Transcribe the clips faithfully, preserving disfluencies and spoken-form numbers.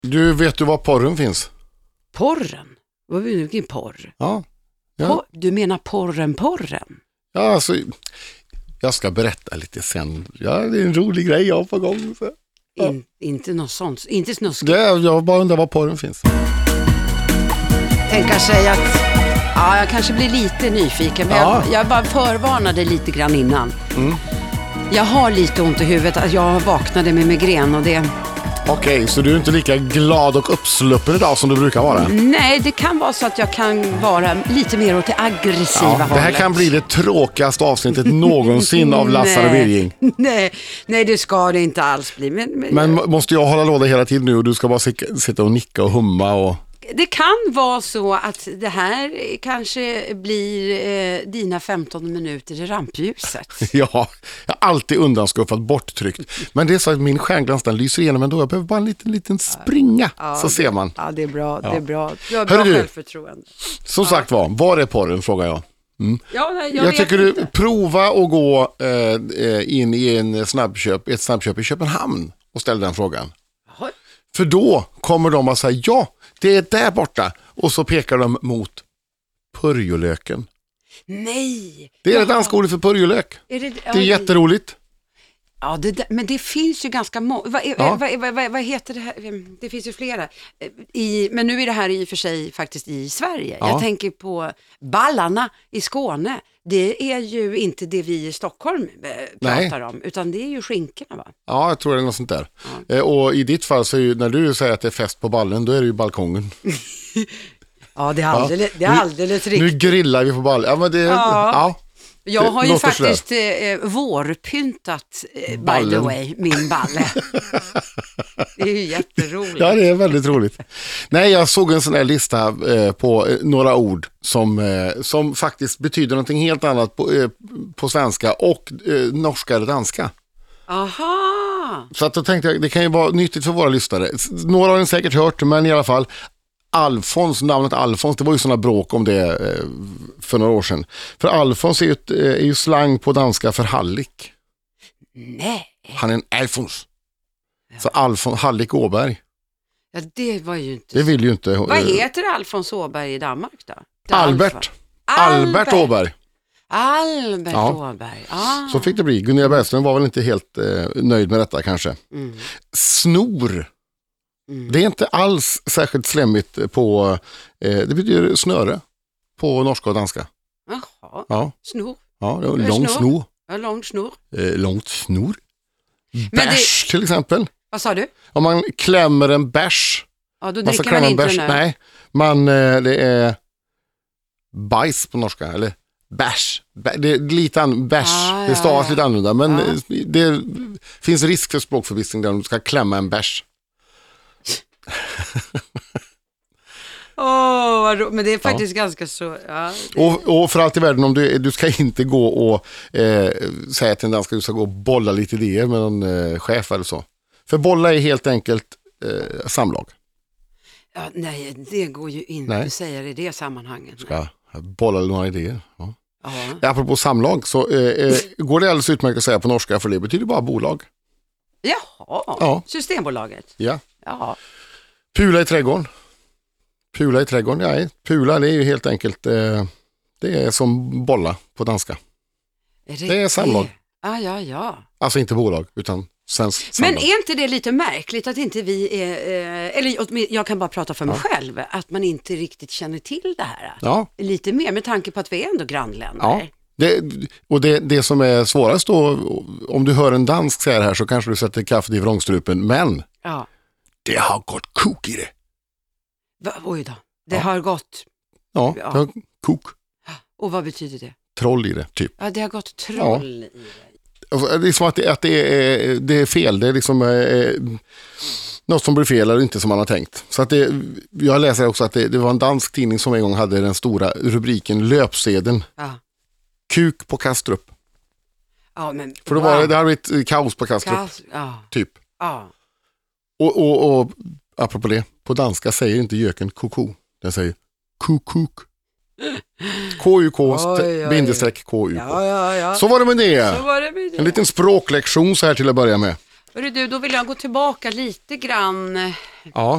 Du, vet du var porren finns? Porren? Vad vill du, vilken porr? Ja. ja. Por, du menar porren, porren? Ja, alltså, jag ska berätta lite sen. Ja, det är en rolig grej jag har på gång. Så. Ja. In, inte något sånt, inte snuskigt. Det, jag bara undrar var porren finns. Tänker sig att ja, jag kanske blir lite nyfiken, men Ja. jag, jag bara förvarnade lite grann innan. Mm. Jag har lite ont i huvudet, att jag vaknade med migrän och det... Okej, okay, så du är inte lika glad och uppsluppen idag som du brukar vara? Nej, det kan vara så att jag kan vara lite mer åt det aggressiva ja, hållet. Det här kan bli det tråkigaste avsnittet någonsin av Lassar och Birging. Nej, nej, det ska det inte alls bli. Men, men, men måste jag hålla låda hela tiden nu och du ska bara sitta och nicka och humma och... Det kan vara så att det här kanske blir eh, dina femton minuter i rampljuset. Ja, jag har alltid undanskuffat borttryckt. Men det är så att min stjärnglans den lyser igenom ändå. Jag behöver bara en liten, liten springa, ja, så det, ser man. Ja, det är bra. Ja. Det är bra. Du har bra Hörru, självförtroende. Som ja. sagt var, var är porren, frågar jag. Mm. Ja, nej, jag jag tycker inte. du prova att gå eh, in i en snabbköp, ett snabbköp i Köpenhamn och ställa den frågan. Jaha. För då kommer de att säga ja, det är där borta. Och så pekar de mot purjolöken. Nej! Det är det danska ordet för purjolök. Är det, det är jätteroligt. Ja, det, men det finns ju ganska många. Vad, ja. vad, vad, vad, vad heter det här? Det finns ju flera. I, men nu är det här i och för sig faktiskt i Sverige. Ja. Jag tänker på ballarna i Skåne. Det är ju inte det vi i Stockholm pratar Nej. om, utan det är ju skinkorna, va? Ja, jag tror det är något sånt där. Ja. Eh, och i ditt fall så är ju, när du säger att det är fest på ballen, då är det ju balkongen. Ja, det är alldeles, ja. det är alldeles nu, riktigt. Nu grillar vi på ballen. Ja, men det, ja. ja. Jag har ju faktiskt eh, vårpyntat, eh, by the way, min balle. Det är ju jätteroligt. Ja, det är väldigt roligt. Nej, jag såg en sån här lista eh, på eh, några ord som, eh, som faktiskt betyder någonting helt annat på, eh, på svenska och eh, norska eller danska. Aha! Så att då tänkte jag, det kan ju vara nyttigt för våra lyssnare. Några har ni säkert hört, men i alla fall Alfons, namnet Alfons, det var ju sådana bråk om det eh, för några år sedan. För Alfons är ju, ett, är ju slang på danska för Hallik. Nej. Han är en Alfons. Ja. Så Alfons, Hallik Åberg. Ja, det var ju inte... Det vill ju inte... Vad heter Alfons Åberg i Danmark då? Albert. Albert. Albert Åberg. Albert ja. Åberg. Ah. Så fick det bli. Gunilla Bergström var väl inte helt eh, nöjd med detta kanske. Mm. Snor. Mm. Det är inte alls särskilt slemmigt på, eh, det betyder snöre på norska och danska. Jaha, ja. snor. Ja, det är lång snor. snor. Ja, lång snor. Eh, långt snor. Bärs det... till exempel. Vad sa du? Om man klämmer en bärs. Ja, då dricker man, man inte bärs. Nej, man, eh, det är bajs på norska, eller bärs. Det är lite an, bärs. Ah, det stavas ja, ja. lite annorlunda, men ah. det finns risk för språkförvissning där du ska klämma en bärs. Åh, oh, men det är faktiskt ja. ganska så... Ja, det... och, och för allt i världen, om du, du ska inte gå och eh, säga till en danska, du ska gå och bolla lite idéer med någon eh, chef eller så. För bolla är helt enkelt eh, samlag. Ja, nej, det går ju inte att säga i det sammanhanget. Ska bolla några idéer. Ja. Ja. Apropå samlag så eh, går det alldeles utmärkt att säga på norska, för det betyder bara bolag. Jaha, ja. Systembolaget. Ja. Jaha. Pula i trädgården. Pula i trädgården, nej. Pula det är ju helt enkelt, eh, det är som bolla på danska. Är det, det är samlag. Ja, ja, ja. Alltså inte bolag, utan svensk samlag. Men är inte det lite märkligt att inte vi är, eh, eller jag kan bara prata för mig ja. själv, att man inte riktigt känner till det här. Ja. Lite mer med tanke på att vi är ändå grannländer. Ja. Det, och det, det som är svårast då, om du hör en dansk säga det här så kanske du sätter kaffet i vrångstrupen, men ja. det har gått kok i det. Va, oj då, det ja. har gått... Ja, ja, det har kok. Och vad betyder det? Troll i det, typ. Ja, det har gått troll ja. i det. Alltså, det är som att det, att det, är, det är fel, det är liksom eh, något som blir fel eller inte som man har tänkt. Så att det, jag läser också att det, det var en dansk tidning som en gång hade den stora rubriken löpsedeln. Ja. Kuk på Kastrup. Ja, men, för det, var, wow. det har blivit kaos på Kastrup. Kas, ja. Typ. Ja. Och, och, och apropå det, på danska säger inte göken koko. Den säger kukuk. K-U-K, bindestreck K-U-K. Ja, ja, ja. Så var det med det. Så var det med det. En liten språklektion så här till att börja med. Hörru du, då vill jag gå tillbaka lite grann ja.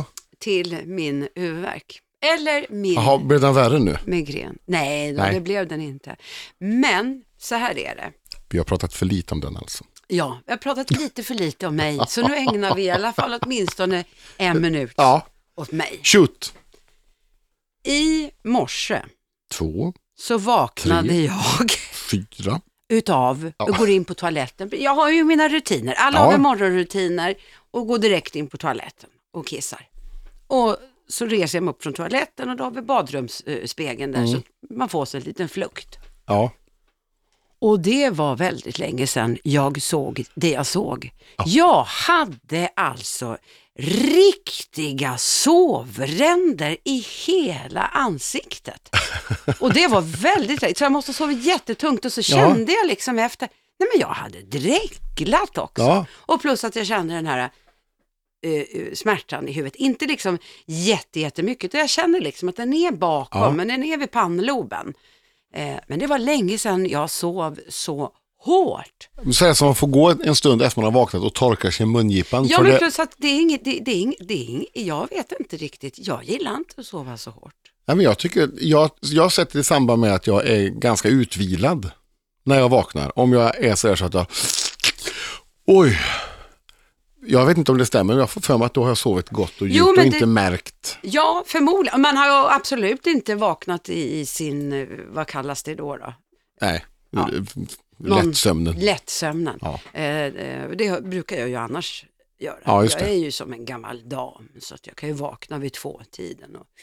till min huvudvärk. Eller min Jaha, blev den värre nu? migrän. Nej, då, Nej, det blev den inte. Men så här är det. vi har pratat för lite om den alltså. Ja, jag har pratat lite för lite om mig. Så nu ägnar vi i alla fall åtminstone en minut ja. åt mig. Shoot! I morse Två, så vaknade tre, jag fyra. utav och går in på toaletten. Jag har ju mina rutiner. Alla Ja. har morgonrutiner och går direkt in på toaletten och kissar. Och så reser jag mig upp från toaletten och då har vi badrumsspegeln där Mm. så man får sig en liten flukt. Ja. Och det var väldigt länge sedan jag såg det jag såg. Ja. Jag hade alltså riktiga sovränder i hela ansiktet. Och det var väldigt lätt. Så jag måste ha sovit jättetungt och så kände ja. jag liksom efter, nej men jag hade dreglat också. Ja. Och plus att jag kände den här uh, smärtan i huvudet. Inte liksom jätte, jättemycket, utan jag kände liksom att den är bakom, ja. men den är vid pannloben. Uh, men det var länge sedan jag sov så hårt. Så är som man får gå en stund efter man har vaknat och torkar sin mungipan. Ja, men det... plus att det är inget, det, det är inget, det är inget, jag vet inte riktigt, jag gillar inte att sova så hårt. Ja, men jag tycker, jag, jag sätter det i samband med att jag är ganska utvilad när jag vaknar. Om jag är så här så att jag, oj, jag vet inte om det stämmer, men jag får för mig att då har jag sovit gott och djupt och inte det, märkt. Ja, förmodligen. Man har ju absolut inte vaknat i, i sin, vad kallas det då då? Nej, ja. lättsömnen. Lättsömnen. Ja. Eh, det brukar jag ju annars göra. Ja, jag är ju som en gammal dam så att jag kan ju vakna vid två tiden och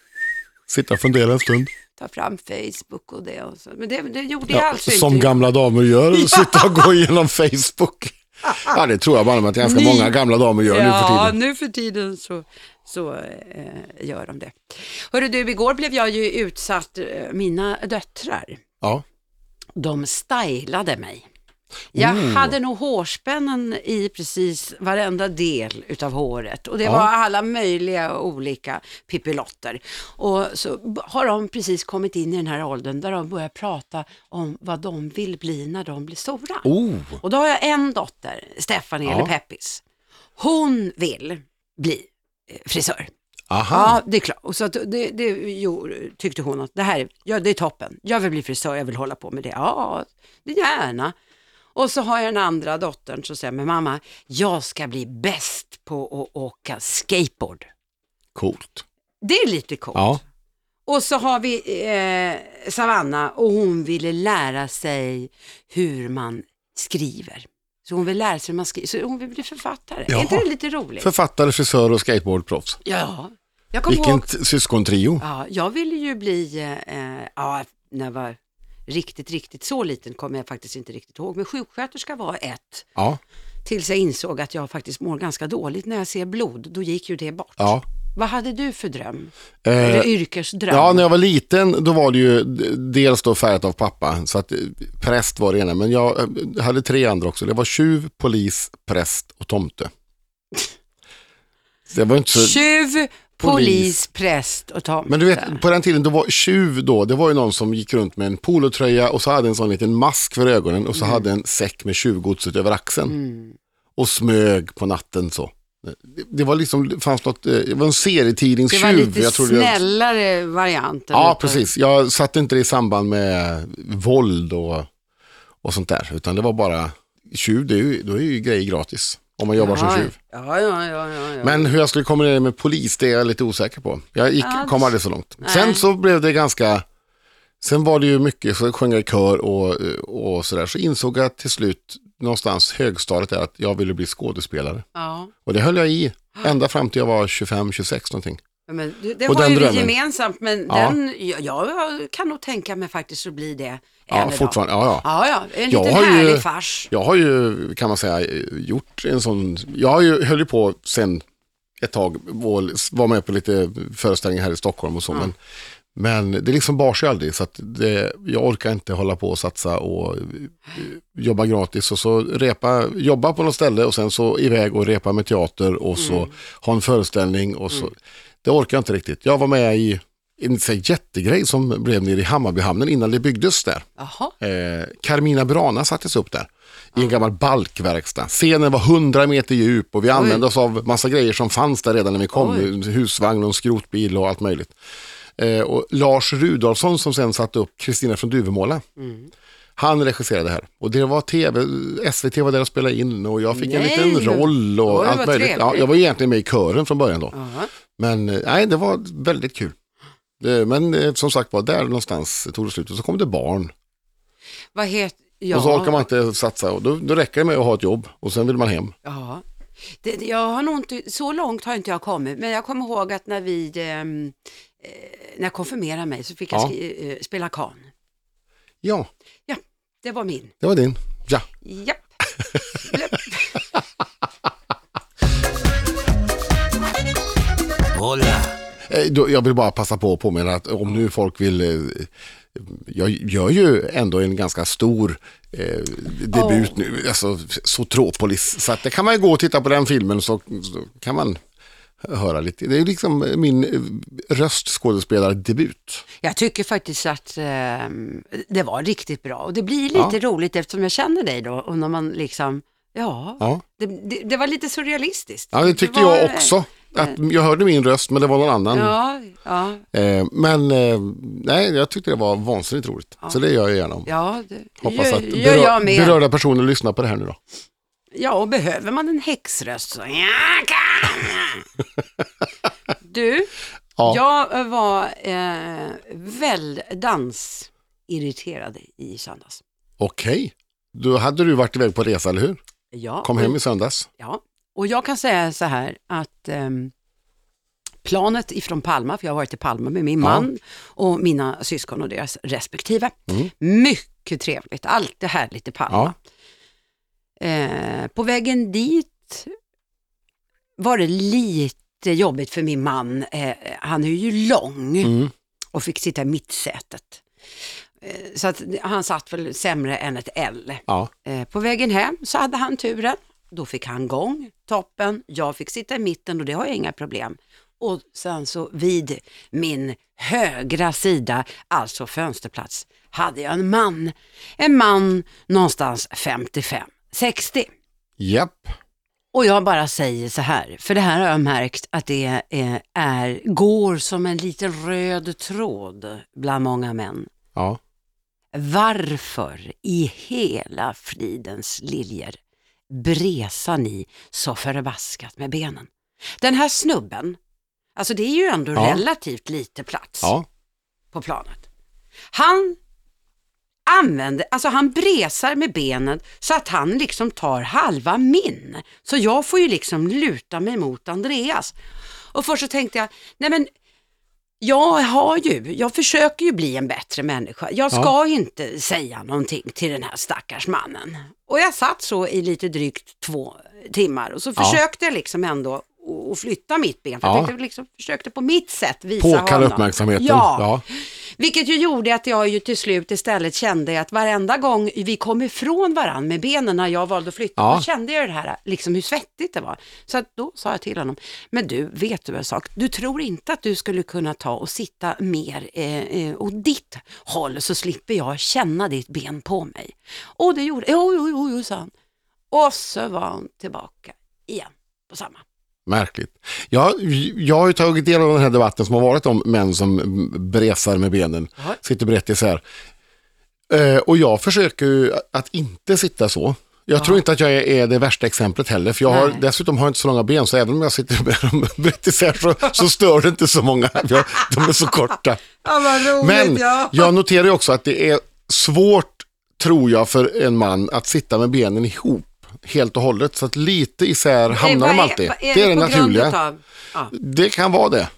sitta och fundera en stund. Ta fram Facebook och det och så. Men det, det gjorde jag ja, alltså som inte. Som gamla damer gör, ja. Sitta och gå igenom Facebook. Ja, det tror jag bara att ganska Ni... många gamla damer gör ja, nu för tiden. Ja, nu för tiden så, så eh, gör de det. Hörru du, igår blev jag ju utsatt, mina döttrar. Ja. De stylade mig. Jag oh. hade nog hårspännen i precis varenda del utav håret. Och det ja. var alla möjliga olika pippilotter. Och så har de precis kommit in i den här åldern där de börjar prata om vad de vill bli när de blir stora. Oh. Och då har jag en dotter, Stephanie ja. eller Peppis. Hon vill bli frisör. Aha. Ja, det är klart. Och så att det, det jo, tyckte hon att det här ja, det är toppen. Jag vill bli frisör, jag vill hålla på med det. Ja, det gärna. Och så har jag den andra dottern som säger, men mamma, jag ska bli bäst på att åka skateboard. Coolt. Det är lite coolt. Ja. Och så har vi eh, Savannah och hon ville lära sig hur man skriver. Så hon vill lära sig hur man skriver. Så hon vill bli författare. Jaha. Är inte det lite roligt? Författare, frisör och skateboardproffs. Ja. Jag Vilken ihåg... syskontrio. Ja, jag ville ju bli, eh, ja, när jag var riktigt, riktigt så liten kommer jag faktiskt inte riktigt ihåg. Men sjuksköterska var ett. Ja. Tills jag insåg att jag faktiskt mår ganska dåligt när jag ser blod. Då gick ju det bort. Ja. Vad hade du för dröm? Eh, Eller yrkesdröm? Ja, när jag var liten då var det ju dels då färgat av pappa. Så att präst var det ena. Men jag hade tre andra också. Det var tjuv, polis, präst och tomte. Det var inte så... Tjuv, polis, polis, präst och tomte. Men du vet, på den tiden då var tjuv då, det var ju någon som gick runt med en polotröja och så hade en sån liten mask för ögonen och så mm. hade en säck med tjuvgodset över axeln. Mm. Och smög på natten så. Det, det var liksom, det fanns något, det var en serietidningstjuv. Det var lite jag snällare jag... variant. Ja, lite. Precis. Jag satte inte det i samband med våld och, och sånt där, utan det var bara tjuv, det är ju, då är ju grejer gratis. Om man jobbar ja, som tjuv. Ja, ja, ja, ja, ja. Men hur jag skulle komma ner med polis, det är jag lite osäker på. Jag gick, ja, kom aldrig så långt. Nej. Sen så blev det ganska... Sen var det ju mycket, så sjöng jag i kör och, och sådär. Så insåg jag till slut, någonstans högstadiet, är att jag ville bli skådespelare. Ja. Och det höll jag i ända fram till jag var tjugofem tjugosex någonting. Ja, men det och har ju drömmen. Vi gemensamt, men ja. den, jag, jag kan nog tänka mig faktiskt att bli det. Ja, fortfarande. Ja, ja. Ja, ja. En liten jag har härlig ju, fars. Jag har ju, kan man säga, gjort en sån... Jag har ju höll ju på sen ett tag, var med på lite föreställningar här i Stockholm och så, ja. men, men det liksom bar sig aldrig, så att det, jag orkar inte hålla på och satsa och jobba gratis och så repa, jobba på något ställe och sen så iväg och repa med teater och så mm. ha en föreställning och så. Mm. Det orkar jag inte riktigt. Jag var med i en så jättegrej som blev nere i Hammarbyhamnen innan det byggdes där. Eh, Carmina Burana sattes upp där. i en gammal balkverkstad. Scenen var hundra meter djup och vi använde oss av massa grejer som fanns där redan när vi kom. Oj. Husvagn och skrotbil och allt möjligt. Eh, och Lars Rudolfsson som sen satte upp Kristina från Duvemåla. Mm. Han regisserade det här. Och det var tv, S V T var där och spelade in och jag fick nej, en liten roll och allt möjligt. Ja, jag var egentligen med i kören från början då. Uh-huh. Men nej, det var väldigt kul. Det, men eh, som sagt var, där någonstans tog det slut och så kom det barn. Vad heter... Ja. Och så orkar man inte satsa och då, då räcker det med att ha ett jobb och sen vill man hem. Ja, det, jag har nog inte, så långt har inte jag kommit, men jag kommer ihåg att när vi eh, när jag konfirmerade mig så fick jag ja. sk- eh, spela kan. Ja. Ja, det var min. Det var din, ja. Japp. Hola. Jag vill bara passa på att påminna att om nu folk vill... Jag gör ju ändå en ganska stor eh, debut oh. nu, alltså Zootropolis. Så att det kan man ju gå och titta på den filmen så, så kan man höra lite. Det är liksom min röstskådespelardebut. Jag tycker faktiskt att eh, det var riktigt bra. Och det blir lite ja. roligt eftersom jag känner dig då. Och när man liksom, ja, ja. Det, det, det var lite surrealistiskt. Ja, det tyckte det var, jag också. Att jag hörde min röst men det var någon annan. Ja, ja. Eh, men eh, nej, jag tyckte det var vansinnigt roligt. Ja. Så det gör jag gärna om. Ja, det hoppas gör, att berör, gör jag med. berörda personer lyssnar på det här nu då. Ja, och behöver man en häxröst så du, ja. jag var eh, väl dansirriterad i söndags. Okej, okay. Då hade du varit iväg på resa, eller hur? Ja. Kom hem i söndags. Ja, och jag kan säga så här att eh, planet ifrån Palma, för jag har varit i Palma med min man ja. och mina syskon och deras respektive. Mm. Mycket trevligt, allt det härligt i Palma. Ja. Eh, på vägen dit var det lite jobbigt för min man. Eh, han är ju lång mm. och fick sitta i mittsätet. Eh, så att han satt väl sämre än ett L. Ja. Eh, på vägen hem så hade han turen. Då fick han gång, toppen. Jag fick sitta i mitten och det har jag inga problem. Och sen så vid min högra sida, alltså fönsterplats, hade jag en man. En man någonstans femtiofem sextio. Japp. Och jag bara säger så här, för det här har jag märkt att det är, är går som en liten röd tråd bland många män. Ja. Varför i hela fridens liljor bresar ni så förbaskat med benen? Den här snubben, alltså det är ju ändå ja. relativt lite plats ja. på planet. Han använder, alltså han bresar med benen så att han liksom tar halva min. Så jag får ju liksom luta mig mot Andreas. Och först så tänkte jag, nej men jag har ju, jag försöker ju bli en bättre människa. Jag ska ja. inte säga någonting till den här stackars mannen. Och jag satt så i lite drygt två timmar och så ja. försökte jag liksom ändå att flytta mitt ben. För ja. jag tänkte, liksom, försökte på mitt sätt visa honom. Påkalla uppmärksamheten. Ja. ja. Vilket ju gjorde att jag ju till slut istället kände att varenda gång vi kom ifrån varann med benen när jag valde att flytta, ja. då kände jag det här, liksom hur svettigt det var. Så att då sa jag till honom, men du, vet du en sak? Du tror inte att du skulle kunna ta och sitta mer eh, åt ditt håll så slipper jag känna ditt ben på mig. Och det gjorde, jo, jo, jo, jo, sa han. Och så var han tillbaka igen på samma. Märkligt. Jag, jag har ju tagit del av den här debatten som har varit om män som bresar med benen. Aha. Sitter brett isär. Eh, och jag försöker ju att inte sitta så. Jag Aha. tror inte att jag är, är det värsta exemplet heller. För jag har, dessutom har jag inte så långa ben. Så även om jag sitter med dem brett isär så, så stör det inte så många. Jag, de är så korta. Ja, vad roligt, Men ja. jag noterar ju också att det är svårt, tror jag, för en man att sitta med benen ihop. Helt och hållet, så att lite isär hamnar de alltid. Är, är det är det, det naturliga. Av, ja. Det kan vara det.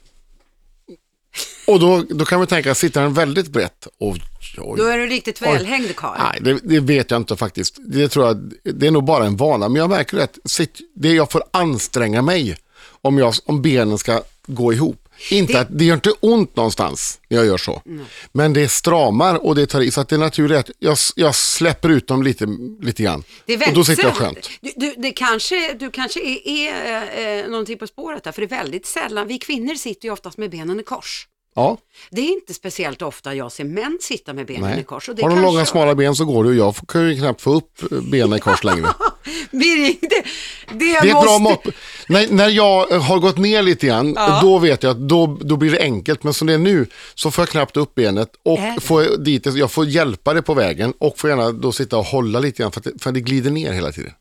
Och då, då kan vi tänka, sitter den väldigt brett. Oj, oj, då är du riktigt välhängd, Karl. Nej, det, det vet jag inte faktiskt. Det tror jag, det är nog bara en vana. Men jag märker att sitt, det jag får anstränga mig om, jag, om benen ska gå ihop. Inte det... Att, det gör inte ont någonstans när jag gör så. Mm. Men det stramar och det tar i. Så att det är naturligt att jag, jag släpper ut dem lite, lite grann. Det är och då sitter jag skönt. Du, du, det kanske, du kanske är, är eh, någonting på spåret där. För det är väldigt sällan. Vi kvinnor sitter ju oftast med benen i kors. Ja. Det är inte speciellt ofta jag ser män sitta med benen Nej. i kors. Och det har de kanske... långa smala ben så går det, och jag kan ju knappt få upp benen i kors längre. Birging, det, det, det är ett måste... bra mått. När, när jag har gått ner lite grann, Ja. då vet jag att då, då blir det enkelt. Men som det är nu så får jag knappt upp benet och Äh. får dit, jag får hjälpa det på vägen och får gärna då sitta och hålla lite grann för att det, för att det glider ner hela tiden.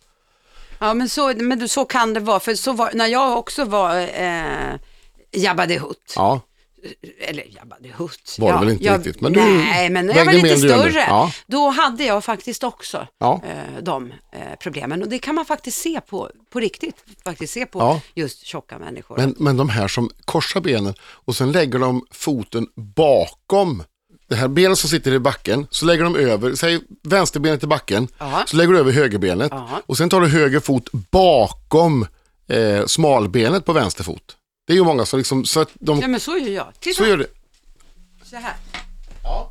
Ja, men så, men så kan det vara. För så var, när jag också var eh, Jabba the Hutt. Ja. Eller Jabba the Hutt. Var det ja, väl inte jag, riktigt, men du nej, men när jag var vägde lite mer än du större. ändå. Ja. Då hade jag faktiskt också Ja. eh, de eh, problemen. Och det kan man faktiskt se på, på riktigt. Faktiskt se på Ja. just tjocka människor. Men, men de här som korsar benen och sen lägger de foten bakom det här benet som sitter i backen, så lägger de över, säg vänsterbenet i backen, Ja. så lägger du över högerbenet Ja. och sen tar du höger fot bakom eh, smalbenet på vänster fot. Det är ju många som liksom, så att de, Ja, men så gör jag. Titta, så gör det. så här. Ja.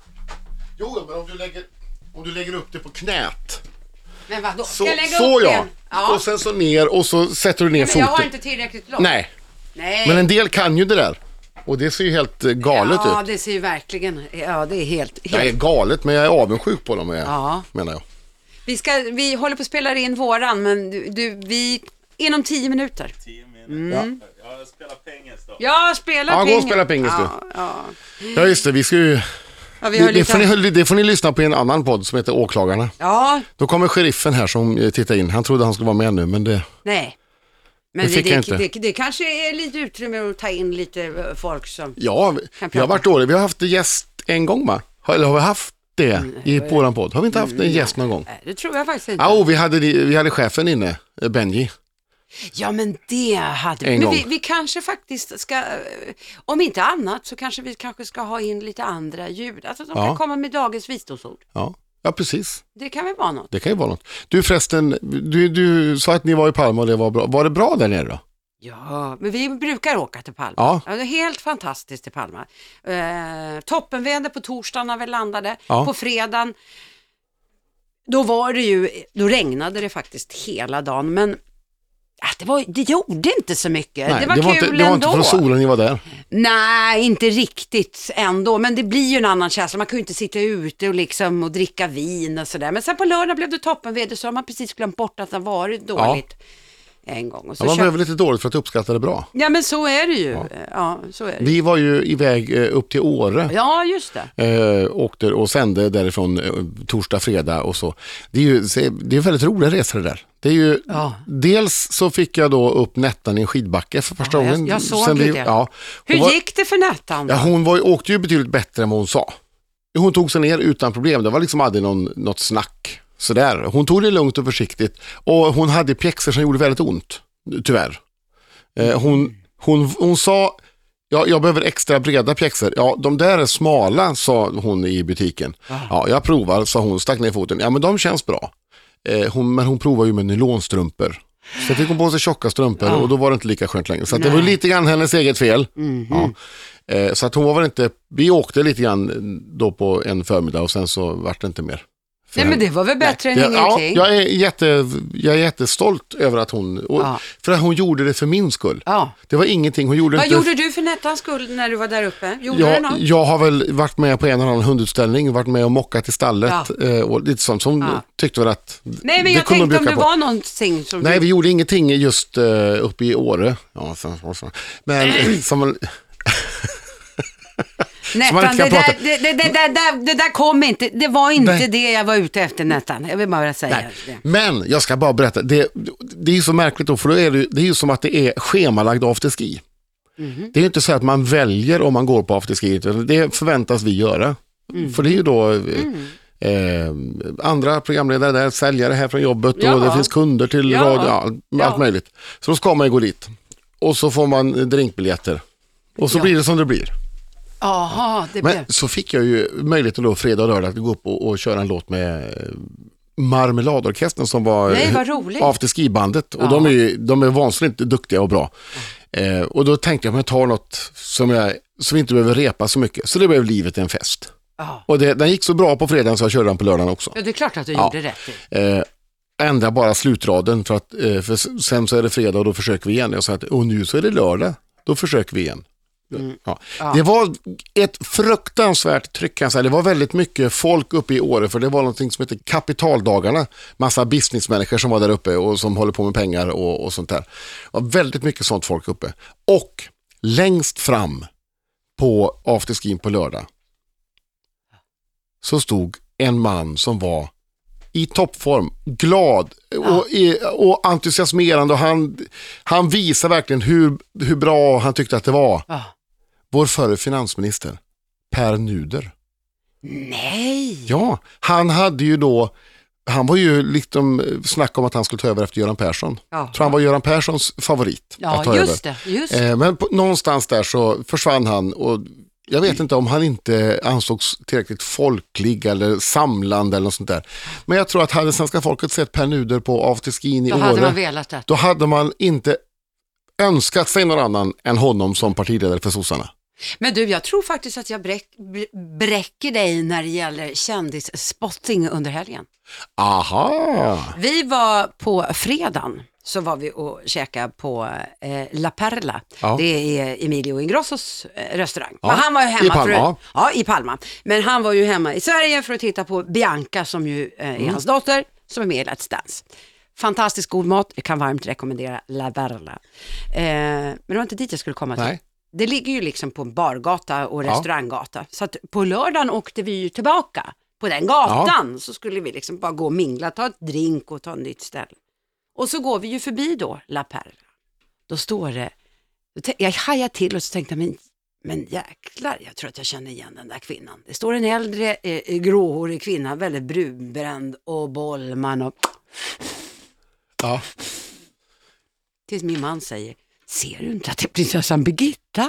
Jo, men om du lägger, om du lägger upp det på knät, Men vadå? så, Ska jag lägga så upp ja. den? Ja. Och sen så ner och så sätter du ner Men foten. jag har inte tillräckligt långt. Nej, Nej. men en del kan ju det där. Och det ser ju helt eh, galet ja, ut. det ser ju verkligen, ja det är helt, helt... Jag är galet, men jag är avundsjuk på dem, Ja. menar jag. Vi, ska, vi håller på att spela in våran, men du, du, vi, inom tio minuter. tio minuter. Mm. Ja, jag spelar pingis då. Ja, spela Ja, gå och pingis. spela pingis du. Ja, ja. Ja, just det, vi ska ju... Ja, vi har Det, det, lite... får ni, det får ni lyssna på i en annan podd som heter Åklagarna. Ja, Då kommer sheriffen här som eh, tittar in. Han trodde han skulle vara med nu, men det... nej. Men Det det, fick det, jag inte. det, det kanske är lite utrymme att ta in lite eh, folk som... Ja, vi, Kan vi har prata. varit dåliga. Vi har haft gäst en gång, va? Har- Eller har vi haft det i på våran podd? Har vi inte haft en gäst någon gång? Nej, det tror jag faktiskt inte. Ja, oh, vi, hade, vi hade chefen inne, eh, Benji. Ja, men det hade vi. En Men gång. vi, vi kanske faktiskt ska, eh, om inte annat så kanske vi kanske ska ha in lite andra ljud. Alltså de Ja. kan komma med dagens visdomsord. Ja, ja precis. Det kan väl vara något. Det kan ju vara något. Du förresten, du, du sa att ni var i Palma och det var bra. Var det bra där nere då? Ja, men vi brukar åka till Palma. Ja. Ja, det är helt fantastiskt till Palma. Eh, toppenväder på torsdagen när vi landade. Ja. På fredagen, då var det ju, då regnade det faktiskt hela dagen. Men ja, det, var, det gjorde inte så mycket. Nej, det var det var kul inte, det var inte ändå. från solen ni var där. Nej, inte riktigt ändå. Men det blir ju en annan känsla. Man kan ju inte sitta ute och, liksom, och dricka vin och sådär. Men sen på lördag blev det toppenväder, så har man precis glömt bort att det har varit dåligt en gång. Och så Ja, man köp... behöver lite dåligt för att uppskatta det bra. Ja, men så är det ju. Ja. Ja, så är det. Vi var ju iväg eh, upp till Åre. Ja, just det. Eh, åkte och sände därifrån eh, torsdag, fredag och så. Det är ju det är väldigt roliga resor det där. Det är ju, Ja. Dels så fick jag då upp Nettan i en skidbacke för första Ja, jag- gången. jag såg Sen ju vi, det. Ja, hon Hur var, gick det för Nettan? ja, hon var, åkte ju betydligt bättre än vad hon sa. Hon tog sig ner utan problem. Det var liksom aldrig någon, något snack. Sådär. Hon tog det lugnt och försiktigt. Och hon hade pjäxor som gjorde väldigt ont. Tyvärr. Eh, hon, hon, hon sa, ja, jag behöver extra breda pjäxor. Ja, de där är smala, sa hon i butiken. Ja, jag provar, sa hon, stack ner foten. Ja, men de känns bra. Eh, hon, men hon provar ju med nylonstrumpor. Så jag fick hon på sig tjocka strumpor och då var det inte lika skönt längre. Så att det var lite grann hennes eget fel. Ja. Eh, så att hon var väl inte, vi åkte lite grann då på en förmiddag och sen så vart det inte mer. För Nej, men henne. det var väl bättre Nej, än det- ja, ingenting? jag är, jätte, jag är jättestolt över att hon, och, Ja. för att hon gjorde det för min skull. Ja. Det var ingenting, hon gjorde Vad inte... gjorde du för Nettans skull när du var där uppe? Gjorde du jag, något? jag har väl varit med på en eller annan hundutställning, varit med och mockat i stallet Ja. eh, och lite sånt som Ja. tyckte väl att Nej, men det jag kunde de tänkte om bjucka det på. var någonting som Nej, du... vi gjorde ingenting just uh, uppe i Åre. Ja, så, så, så. Men som... man Nettan, inte det kan där, prata. det, det, det, det, där, det där kom inte, det var inte Nej. det jag var ute efter, Nettan. Jag vill bara säga Nej. det. Men jag ska bara berätta, det, det är ju så märkligt då, för då är det, det är ju som att det är schemalagd afterski. Mhm. Det är ju inte så att man väljer om man går på afterski, utan det förväntas vi göra. Mm. För det är ju då eh, andra programledare där, säljare här från jobbet Ja. och det finns kunder till Ja. radio, ja, allt Ja. möjligt. Så då ska man ju gå dit. Och så får man drinkbiljetter. Och så Ja. blir det som det blir. Jaha, det blev... Men så fick jag ju möjligheten då fredag och lördag att gå upp och, och köra en låt med eh, Marmeladorkestern som var Nej, vad roligt. afterski-bandet. Och Ja. de är, ju- de är vansinnigt duktiga och bra. Eh, och då tänkte jag att jag tar något som, jag, som inte behöver repa så mycket. Så det blev livet en fest. Ja. Och det, den gick så bra på fredagen så jag körde den på lördagen också. Ja, det är klart att du Ja. gjorde rätt i. Eh, ändra bara slutraden för att eh, för sen så är det fredag och då försöker vi igen. Jag sa att och nu så är det lördag, då försöker vi igen. Mm. Ja. Ja. Det var ett fruktansvärt tryck. Alltså. Det var väldigt mycket folk uppe i Åre, för det var något som heter kapitaldagarna. Massa businessmänniskor som var där uppe och som håller på med pengar och, och sånt där. Det var väldigt mycket sånt folk uppe. Och längst fram på afterskin på lördag så stod en man som var i toppform, glad och, ja. och entusiasmerande, och han, han visar verkligen hur, hur bra han tyckte att det var. Ja. Vår förre finansminister, Per Nuder. Nej! Ja, han hade ju då, han var ju liksom snack om att han skulle ta över efter Göran Persson. Ja. Tror han var Göran Perssons favorit ja, att ta just över. Det, just det. Eh, men på, någonstans där så försvann han, och jag vet inte om han inte ansågs tillräckligt folklig eller samlande eller något sånt där. Men jag tror att hade svenska folket sett Per Nuder på afterskin i Åre, då hade man velat det. Då hade man inte önskat sig någon annan än honom som partiledare för sossarna. Men du, jag tror faktiskt att jag bräck, bräcker dig när det gäller kändisspotting under helgen. Aha! Vi var på fredagen, så var vi och käkade på eh, La Perla. Ja. Det är Emilio Ingrossos eh, restaurang. Ja. Han var ju hemma I Palma. För, ja, i Palma. Men han var ju hemma i Sverige för att titta på Bianca, som ju eh, är mm. hans dotter, som är med i Let's Dance. Fantastiskt god mat, jag kan varmt rekommendera La Perla. Eh, men det var inte dit jag skulle komma till. Nej. Det ligger ju liksom på bargata och restauranggata. Ja. Så att på lördagen åkte vi ju tillbaka på den gatan. Ja. Så skulle vi liksom bara gå och mingla, ta ett drink och ta ett nytt ställe. Och så går vi ju förbi då La Perla. Då står det, jag hajade till och så tänkte jag, men, men jäklar, jag tror att jag känner igen den där kvinnan. Det står en äldre eh, gråhårig kvinna, väldigt brunbränd och bollman och... Ja. Tills min man säger, ser du inte att det är prinsessan Birgitta?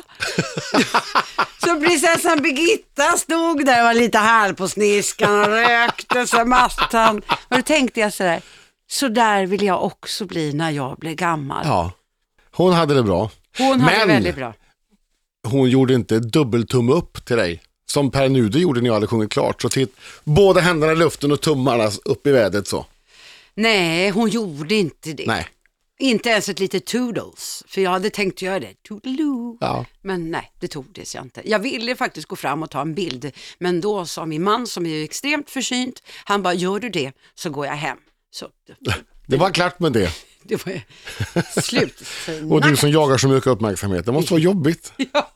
Så prinsessan Birgitta stod där och var lite här på sniskan och rökte sig mattan. Och då tänkte jag sådär, så där vill jag också bli när jag blir gammal. Ja, hon hade det bra. Hon hade det väldigt bra. Hon gjorde inte dubbeltumme upp till dig, som Per Nuder gjorde när jag hade sjungit klart. Så till båda händerna i luften och tummarna upp i vädret så. Nej, hon gjorde inte det. Nej. Inte ens ett litet toodles, för jag hade tänkt göra det. Toodaloo. Ja. Men nej, det tog det sig inte. Jag ville faktiskt gå fram och ta en bild, men då sa min man, som är extremt försynt, han bara, gör du det så går jag hem. Så, det var klart med det. Det var slut. Och du som jagar så mycket uppmärksamhet, det måste vara jobbigt. Ja.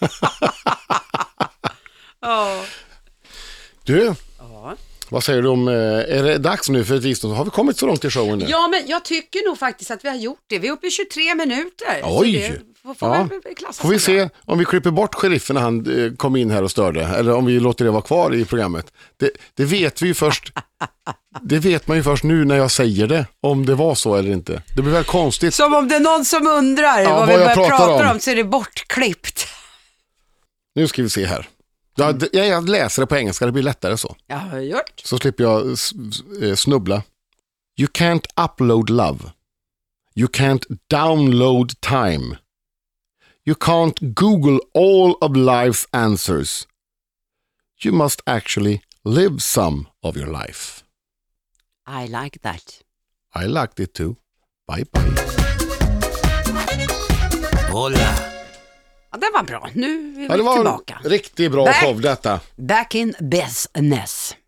Ja. Du, ja. Vad säger du om, är det dags nu för ett visdom? Har vi kommit så långt i showen nu? Ja, men jag tycker nog faktiskt att vi har gjort det. Vi är uppe i tjugotre minuter. Oj! Det får, får, ja. får vi se om vi klipper bort sheriffen när han eh, kom in här och störde. Eller om vi låter det vara kvar i programmet. Det, det vet vi ju först. Det vet man ju först nu när jag säger det. Om det var så eller inte. Det blir väl konstigt. Som om det är någon som undrar ja, vad, vad vi börjar prata om. om så är det bortklippt. Nu ska vi se här. Jag, jag läser det på engelska, det blir lättare så. Jag har gjort. Så slipper jag snubbla. You can't upload love. You can't download time. You can't Google all of life's answers. You must actually live some of your life. I like that. I liked it too. Bye bye. Hola. Ja, det var bra. Nu är vi ja, det var tillbaka. Riktigt bra show detta. Back in business.